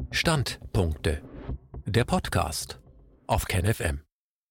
Standpunkte. Der Podcast auf KenFM.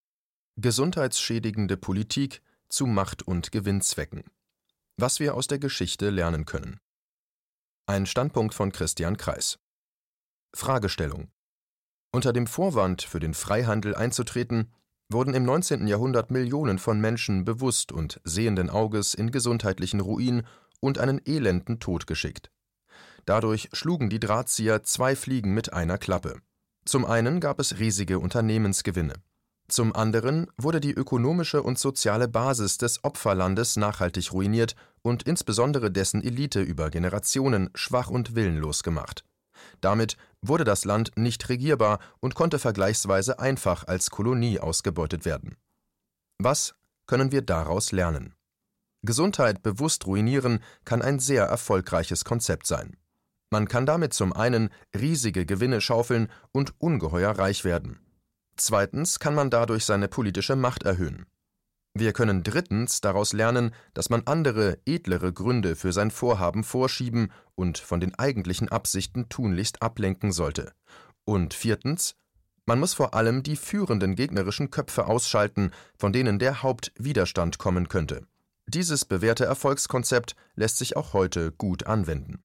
Gesundheitsschädigende Politik zu Macht- und Gewinnzwecken. Was wir aus der Geschichte lernen können. Ein Standpunkt von Christian Kreis. Fragestellung: Unter dem Vorwand, für den Freihandel einzutreten, wurden im 19. Jahrhundert Millionen von Menschen bewusst und sehenden Auges in gesundheitlichen Ruin und einen elenden Tod geschickt. Dadurch schlugen die Drahtzieher zwei Fliegen mit einer Klappe. Zum einen gab es riesige Unternehmensgewinne. Zum anderen wurde die ökonomische und soziale Basis des Opferlandes nachhaltig ruiniert und insbesondere dessen Elite über Generationen schwach und willenlos gemacht. Damit wurde das Land nicht regierbar und konnte vergleichsweise einfach als Kolonie ausgebeutet werden. Was können wir daraus lernen? Gesundheit bewusst ruinieren kann ein sehr erfolgreiches Konzept sein. Man kann damit zum einen riesige Gewinne schaufeln und ungeheuer reich werden. Zweitens kann man dadurch seine politische Macht erhöhen. Wir können drittens daraus lernen, dass man andere, edlere Gründe für sein Vorhaben vorschieben und von den eigentlichen Absichten tunlichst ablenken sollte. Und viertens: Man muss vor allem die führenden gegnerischen Köpfe ausschalten, von denen der Hauptwiderstand kommen könnte. Dieses bewährte Erfolgskonzept lässt sich auch heute gut anwenden.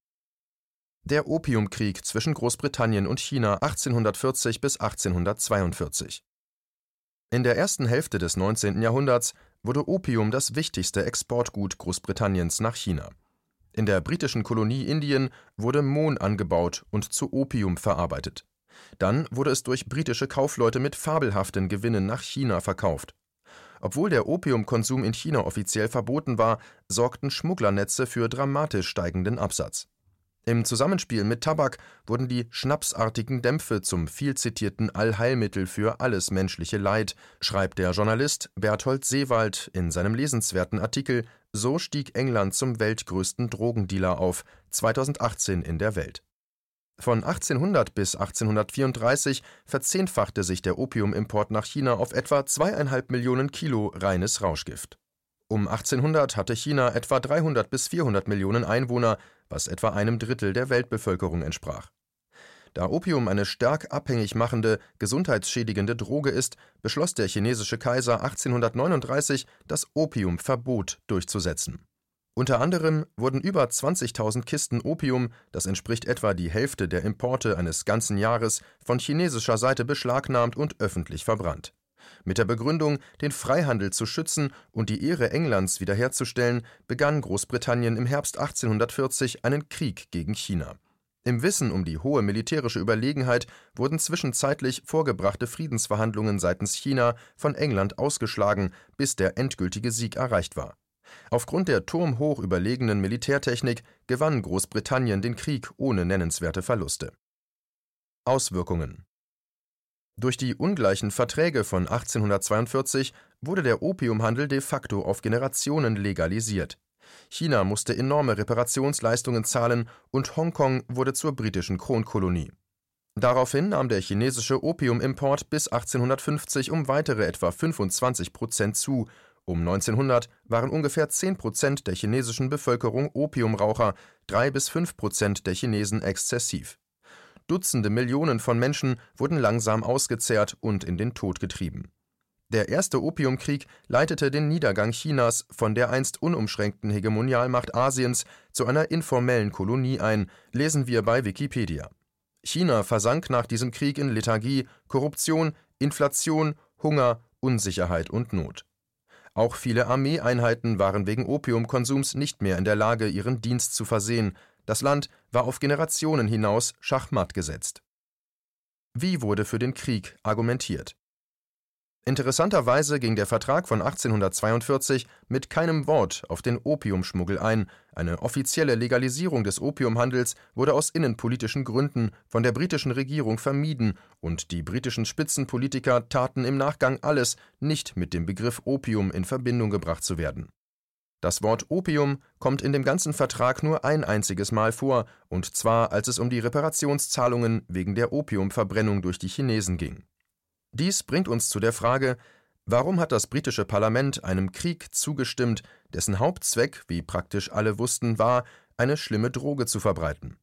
Der Opiumkrieg zwischen Großbritannien und China 1840 bis 1842. In der ersten Hälfte des 19. Jahrhunderts wurde Opium das wichtigste Exportgut Großbritanniens nach China. In der britischen Kolonie Indien wurde Mohn angebaut und zu Opium verarbeitet. Dann wurde es durch britische Kaufleute mit fabelhaften Gewinnen nach China verkauft. Obwohl der Opiumkonsum in China offiziell verboten war, sorgten Schmugglernetze für dramatisch steigenden Absatz. Im Zusammenspiel mit Tabak wurden die schnapsartigen Dämpfe zum viel zitierten Allheilmittel für alles menschliche Leid, schreibt der Journalist Berthold Seewald in seinem lesenswerten Artikel »So stieg England zum weltgrößten Drogendealer auf« 2018 in der Welt. Von 1800 bis 1834 verzehnfachte sich der Opiumimport nach China auf etwa 2,5 Millionen Kilo reines Rauschgift. Um 1800 hatte China etwa 300 bis 400 Millionen Einwohner, was etwa einem Drittel der Weltbevölkerung entsprach. Da Opium eine stark abhängig machende, gesundheitsschädigende Droge ist, beschloss der chinesische Kaiser 1839, das Opiumverbot durchzusetzen. Unter anderem wurden über 20.000 Kisten Opium, das entspricht etwa die Hälfte der Importe eines ganzen Jahres, von chinesischer Seite beschlagnahmt und öffentlich verbrannt. Mit der Begründung, den Freihandel zu schützen und die Ehre Englands wiederherzustellen, begann Großbritannien im Herbst 1840 einen Krieg gegen China. Im Wissen um die hohe militärische Überlegenheit wurden zwischenzeitlich vorgebrachte Friedensverhandlungen seitens China von England ausgeschlagen, bis der endgültige Sieg erreicht war. Aufgrund der turmhoch überlegenen Militärtechnik gewann Großbritannien den Krieg ohne nennenswerte Verluste. Auswirkungen: Durch die ungleichen Verträge von 1842 wurde der Opiumhandel de facto auf Generationen legalisiert. China musste enorme Reparationsleistungen zahlen und Hongkong wurde zur britischen Kronkolonie. Daraufhin nahm der chinesische Opiumimport bis 1850 um weitere etwa 25% zu. Um 1900 waren ungefähr 10% der chinesischen Bevölkerung Opiumraucher, 3-5% der Chinesen exzessiv. Dutzende Millionen von Menschen wurden langsam ausgezehrt und in den Tod getrieben. Der erste Opiumkrieg leitete den Niedergang Chinas von der einst unumschränkten Hegemonialmacht Asiens zu einer informellen Kolonie ein, lesen wir bei Wikipedia. China versank nach diesem Krieg in Lethargie, Korruption, Inflation, Hunger, Unsicherheit und Not. Auch viele Armeeeinheiten waren wegen Opiumkonsums nicht mehr in der Lage, ihren Dienst zu versehen. Das Land war auf Generationen hinaus schachmatt gesetzt. Wie wurde für den Krieg argumentiert? Interessanterweise ging der Vertrag von 1842 mit keinem Wort auf den Opiumschmuggel ein. Eine offizielle Legalisierung des Opiumhandels wurde aus innenpolitischen Gründen von der britischen Regierung vermieden und die britischen Spitzenpolitiker taten im Nachgang alles, nicht mit dem Begriff Opium in Verbindung gebracht zu werden. Das Wort Opium kommt in dem ganzen Vertrag nur ein einziges Mal vor, und zwar als es um die Reparationszahlungen wegen der Opiumverbrennung durch die Chinesen ging. Dies bringt uns zu der Frage: Warum hat das britische Parlament einem Krieg zugestimmt, dessen Hauptzweck, wie praktisch alle wussten, war, eine schlimme Droge zu verbreiten?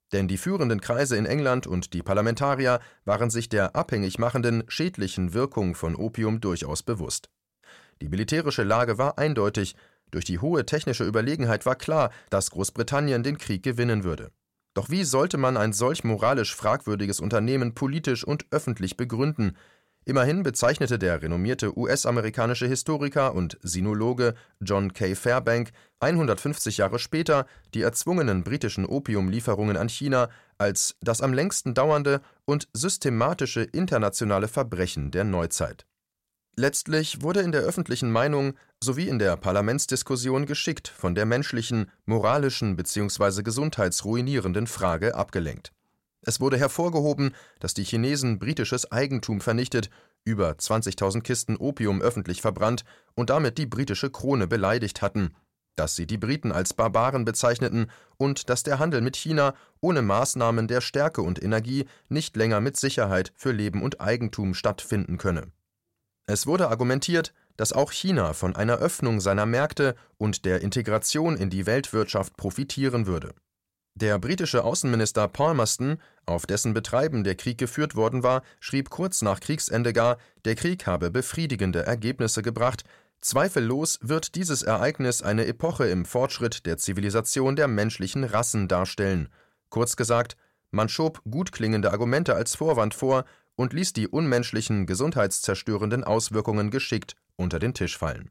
Denn die führenden Kreise in England und die Parlamentarier waren sich der abhängig machenden, schädlichen Wirkung von Opium durchaus bewusst. Die militärische Lage war eindeutig, durch die hohe technische Überlegenheit war klar, dass Großbritannien den Krieg gewinnen würde. Doch wie sollte man ein solch moralisch fragwürdiges Unternehmen politisch und öffentlich begründen? Immerhin bezeichnete der renommierte US-amerikanische Historiker und Sinologe John K. Fairbank 150 Jahre später die erzwungenen britischen Opiumlieferungen an China als das am längsten dauernde und systematische internationale Verbrechen der Neuzeit. Letztlich wurde in der öffentlichen Meinung sowie in der Parlamentsdiskussion geschickt von der menschlichen, moralischen bzw. gesundheitsruinierenden Frage abgelenkt. Es wurde hervorgehoben, dass die Chinesen britisches Eigentum vernichtet, über 20.000 Kisten Opium öffentlich verbrannt und damit die britische Krone beleidigt hatten, dass sie die Briten als Barbaren bezeichneten und dass der Handel mit China ohne Maßnahmen der Stärke und Energie nicht länger mit Sicherheit für Leben und Eigentum stattfinden könne. Es wurde argumentiert, dass auch China von einer Öffnung seiner Märkte und der Integration in die Weltwirtschaft profitieren würde. Der britische Außenminister Palmerston, auf dessen Betreiben der Krieg geführt worden war, schrieb kurz nach Kriegsende gar, der Krieg habe befriedigende Ergebnisse gebracht. Zweifellos wird dieses Ereignis eine Epoche im Fortschritt der Zivilisation der menschlichen Rassen darstellen. Kurz gesagt, man schob gut klingende Argumente als Vorwand vor und ließ die unmenschlichen, gesundheitszerstörenden Auswirkungen geschickt unter den Tisch fallen.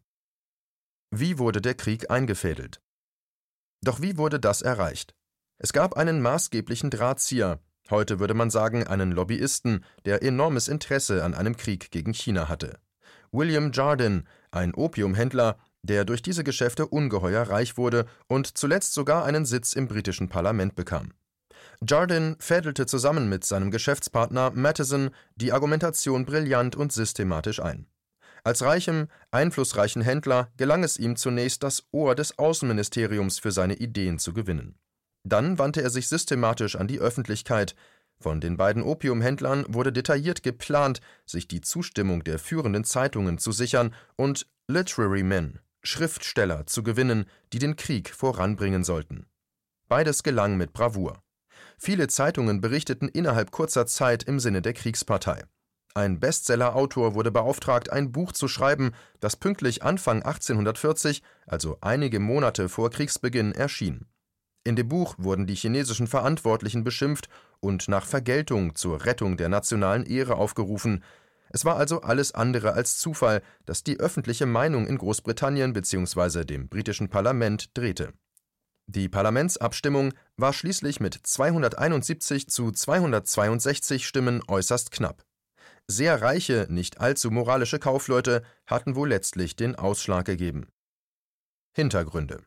Wie wurde der Krieg eingefädelt? Doch wie wurde das erreicht? Es gab einen maßgeblichen Drahtzieher, heute würde man sagen einen Lobbyisten, der enormes Interesse an einem Krieg gegen China hatte. William Jardine, ein Opiumhändler, der durch diese Geschäfte ungeheuer reich wurde und zuletzt sogar einen Sitz im britischen Parlament bekam. Jardine fädelte zusammen mit seinem Geschäftspartner Matheson die Argumentation brillant und systematisch ein. Als reichem, einflussreichen Händler gelang es ihm zunächst, das Ohr des Außenministeriums für seine Ideen zu gewinnen. Dann wandte er sich systematisch an die Öffentlichkeit. Von den beiden Opiumhändlern wurde detailliert geplant, sich die Zustimmung der führenden Zeitungen zu sichern und Literary Men, Schriftsteller, zu gewinnen, die den Krieg voranbringen sollten. Beides gelang mit Bravour. Viele Zeitungen berichteten innerhalb kurzer Zeit im Sinne der Kriegspartei. Ein Bestseller-Autor wurde beauftragt, ein Buch zu schreiben, das pünktlich Anfang 1840, also einige Monate vor Kriegsbeginn, erschien. In dem Buch wurden die chinesischen Verantwortlichen beschimpft und nach Vergeltung zur Rettung der nationalen Ehre aufgerufen. Es war also alles andere als Zufall, dass die öffentliche Meinung in Großbritannien bzw. dem britischen Parlament drehte. Die Parlamentsabstimmung war schließlich mit 271 zu 262 Stimmen äußerst knapp. Sehr reiche, nicht allzu moralische Kaufleute hatten wohl letztlich den Ausschlag gegeben. Hintergründe.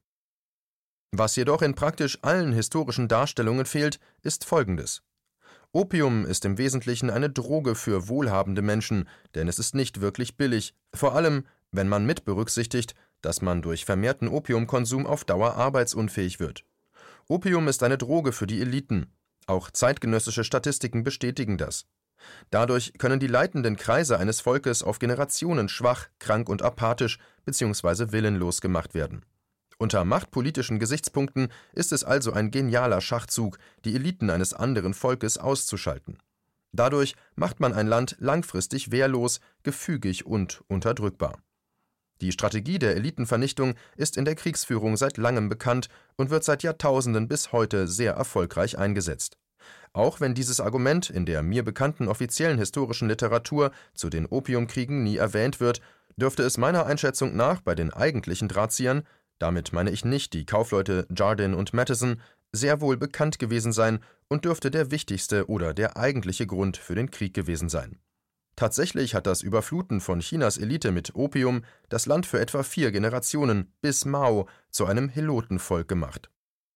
Was jedoch in praktisch allen historischen Darstellungen fehlt, ist Folgendes. Opium ist im Wesentlichen eine Droge für wohlhabende Menschen, denn es ist nicht wirklich billig, vor allem, wenn man mit berücksichtigt, dass man durch vermehrten Opiumkonsum auf Dauer arbeitsunfähig wird. Opium ist eine Droge für die Eliten. Auch zeitgenössische Statistiken bestätigen das. Dadurch können die leitenden Kreise eines Volkes auf Generationen schwach, krank und apathisch bzw. willenlos gemacht werden. Unter machtpolitischen Gesichtspunkten ist es also ein genialer Schachzug, die Eliten eines anderen Volkes auszuschalten. Dadurch macht man ein Land langfristig wehrlos, gefügig und unterdrückbar. Die Strategie der Elitenvernichtung ist in der Kriegsführung seit langem bekannt und wird seit Jahrtausenden bis heute sehr erfolgreich eingesetzt. Auch wenn dieses Argument in der mir bekannten offiziellen historischen Literatur zu den Opiumkriegen nie erwähnt wird, dürfte es meiner Einschätzung nach bei den eigentlichen Drahtziehern, damit meine ich nicht die Kaufleute Jardine und Matheson, sehr wohl bekannt gewesen sein und dürfte der wichtigste oder der eigentliche Grund für den Krieg gewesen sein. Tatsächlich hat das Überfluten von Chinas Elite mit Opium das Land für etwa 4 Generationen bis Mao zu einem Helotenvolk gemacht.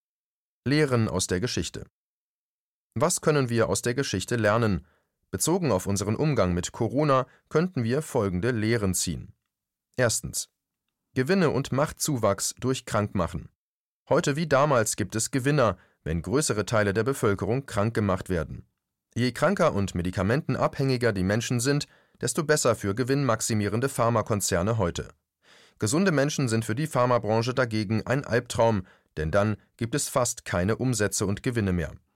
Lehren aus der Geschichte. Was können wir aus der Geschichte lernen? Bezogen auf unseren Umgang mit Corona könnten wir folgende Lehren ziehen. Erstens. Gewinne und Machtzuwachs durch Krankmachen. Heute wie damals gibt es Gewinner, wenn größere Teile der Bevölkerung krank gemacht werden. Je kranker und medikamentenabhängiger die Menschen sind, desto besser für gewinnmaximierende Pharmakonzerne heute. Gesunde Menschen sind für die Pharmabranche dagegen ein Albtraum, denn dann gibt es fast keine Umsätze und Gewinne mehr.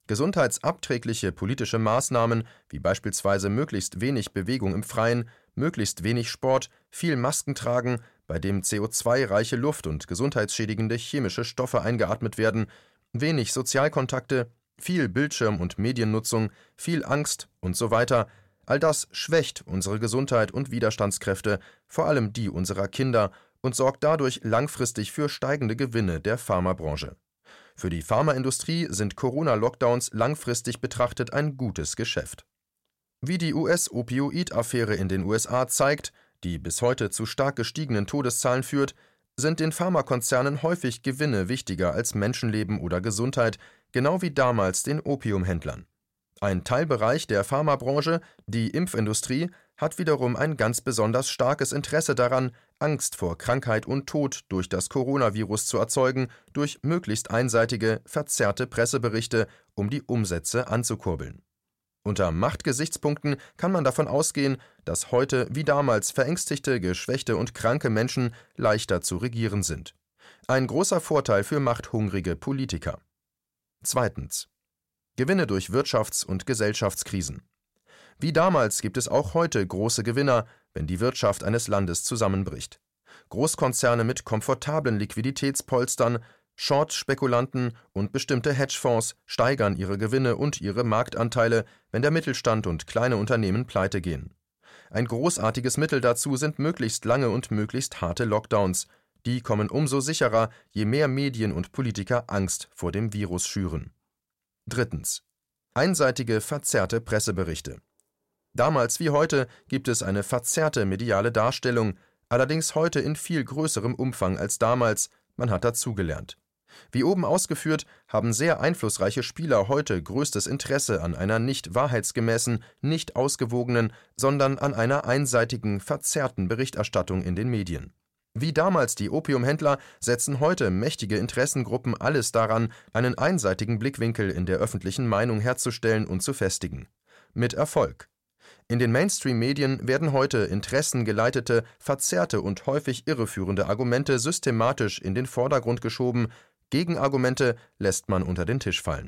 Gesundheitsabträgliche politische Maßnahmen, wie beispielsweise möglichst wenig Bewegung im Freien, möglichst wenig Sport, viel Masken tragen, bei dem CO2-reiche Luft und gesundheitsschädigende chemische Stoffe eingeatmet werden, wenig Sozialkontakte, viel Bildschirm- und Mediennutzung, viel Angst und so weiter, all das schwächt unsere Gesundheit und Widerstandskräfte, vor allem die unserer Kinder, und sorgt dadurch langfristig für steigende Gewinne der Pharmabranche. Für die Pharmaindustrie sind Corona-Lockdowns langfristig betrachtet ein gutes Geschäft. Wie die US-Opioid-Affäre in den USA zeigt, die bis heute zu stark gestiegenen Todeszahlen führt, sind den Pharmakonzernen häufig Gewinne wichtiger als Menschenleben oder Gesundheit, genau wie damals den Opiumhändlern. Ein Teilbereich der Pharmabranche, die Impfindustrie, hat wiederum ein ganz besonders starkes Interesse daran, Angst vor Krankheit und Tod durch das Coronavirus zu erzeugen, durch möglichst einseitige, verzerrte Presseberichte, um die Umsätze anzukurbeln. Unter Machtgesichtspunkten kann man davon ausgehen, dass heute wie damals verängstigte, geschwächte und kranke Menschen leichter zu regieren sind. Ein großer Vorteil für machthungrige Politiker. Zweitens. Gewinne durch Wirtschafts- und Gesellschaftskrisen. Wie damals gibt es auch heute große Gewinner, wenn die Wirtschaft eines Landes zusammenbricht. Großkonzerne mit komfortablen Liquiditätspolstern, Short-Spekulanten und bestimmte Hedgefonds steigern ihre Gewinne und ihre Marktanteile, wenn der Mittelstand und kleine Unternehmen pleitegehen. Ein großartiges Mittel dazu sind möglichst lange und möglichst harte Lockdowns. Die kommen umso sicherer, je mehr Medien und Politiker Angst vor dem Virus schüren. Drittens. Einseitige, verzerrte Presseberichte. Damals wie heute gibt es eine verzerrte mediale Darstellung, allerdings heute in viel größerem Umfang als damals, man hat dazugelernt. Wie oben ausgeführt, haben sehr einflussreiche Spieler heute größtes Interesse an einer nicht wahrheitsgemäßen, nicht ausgewogenen, sondern an einer einseitigen, verzerrten Berichterstattung in den Medien. Wie damals die Opiumhändler setzen heute mächtige Interessengruppen alles daran, einen einseitigen Blickwinkel in der öffentlichen Meinung herzustellen und zu festigen. Mit Erfolg. In den Mainstream-Medien werden heute interessengeleitete, verzerrte und häufig irreführende Argumente systematisch in den Vordergrund geschoben, Gegenargumente lässt man unter den Tisch fallen.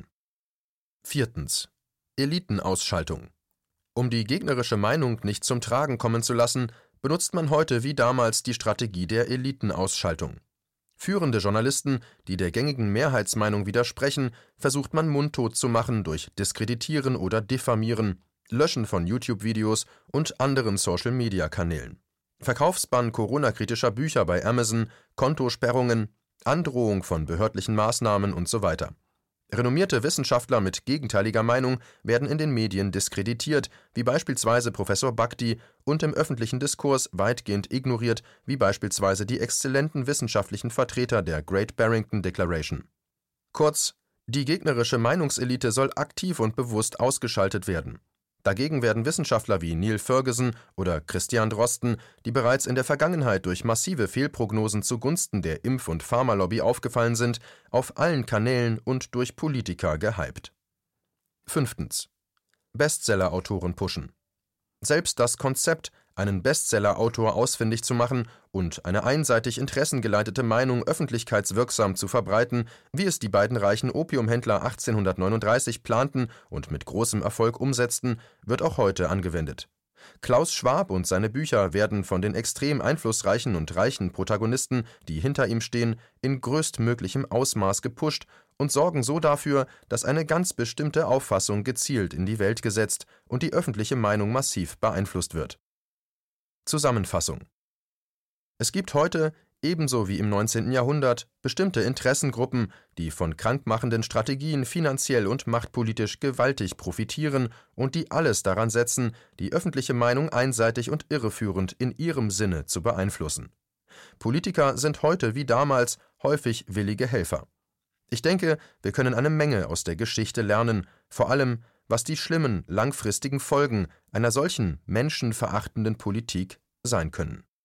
Viertens. Elitenausschaltung. Um die gegnerische Meinung nicht zum Tragen kommen zu lassen, benutzt man heute wie damals die Strategie der Elitenausschaltung. Führende Journalisten, die der gängigen Mehrheitsmeinung widersprechen, versucht man mundtot zu machen durch Diskreditieren oder Diffamieren, Löschen von YouTube-Videos und anderen Social-Media-Kanälen. Verkaufsbann Corona-kritischer Bücher bei Amazon, Kontosperrungen, Androhung von behördlichen Maßnahmen und so weiter. Renommierte Wissenschaftler mit gegenteiliger Meinung werden in den Medien diskreditiert, wie beispielsweise Professor Bhakdi, und im öffentlichen Diskurs weitgehend ignoriert, wie beispielsweise die exzellenten wissenschaftlichen Vertreter der Great Barrington Declaration. Kurz, die gegnerische Meinungselite soll aktiv und bewusst ausgeschaltet werden. Dagegen werden Wissenschaftler wie Neil Ferguson oder Christian Drosten, die bereits in der Vergangenheit durch massive Fehlprognosen zugunsten der Impf- und Pharmalobby aufgefallen sind, auf allen Kanälen und durch Politiker gehypt. Fünftens. Bestseller-Autoren pushen. Selbst das Konzept, einen Bestseller-Autor ausfindig zu machen und eine einseitig interessengeleitete Meinung öffentlichkeitswirksam zu verbreiten, wie es die beiden reichen Opiumhändler 1839 planten und mit großem Erfolg umsetzten, wird auch heute angewendet. Klaus Schwab und seine Bücher werden von den extrem einflussreichen und reichen Protagonisten, die hinter ihm stehen, in größtmöglichem Ausmaß gepusht und sorgen so dafür, dass eine ganz bestimmte Auffassung gezielt in die Welt gesetzt und die öffentliche Meinung massiv beeinflusst wird. Zusammenfassung. Es gibt heute, ebenso wie im 19. Jahrhundert, bestimmte Interessengruppen, die von krankmachenden Strategien finanziell und machtpolitisch gewaltig profitieren und die alles daran setzen, die öffentliche Meinung einseitig und irreführend in ihrem Sinne zu beeinflussen. Politiker sind heute wie damals häufig willige Helfer. Ich denke, wir können eine Menge aus der Geschichte lernen, vor allem, was die schlimmen, langfristigen Folgen einer solchen menschenverachtenden Politik sein können.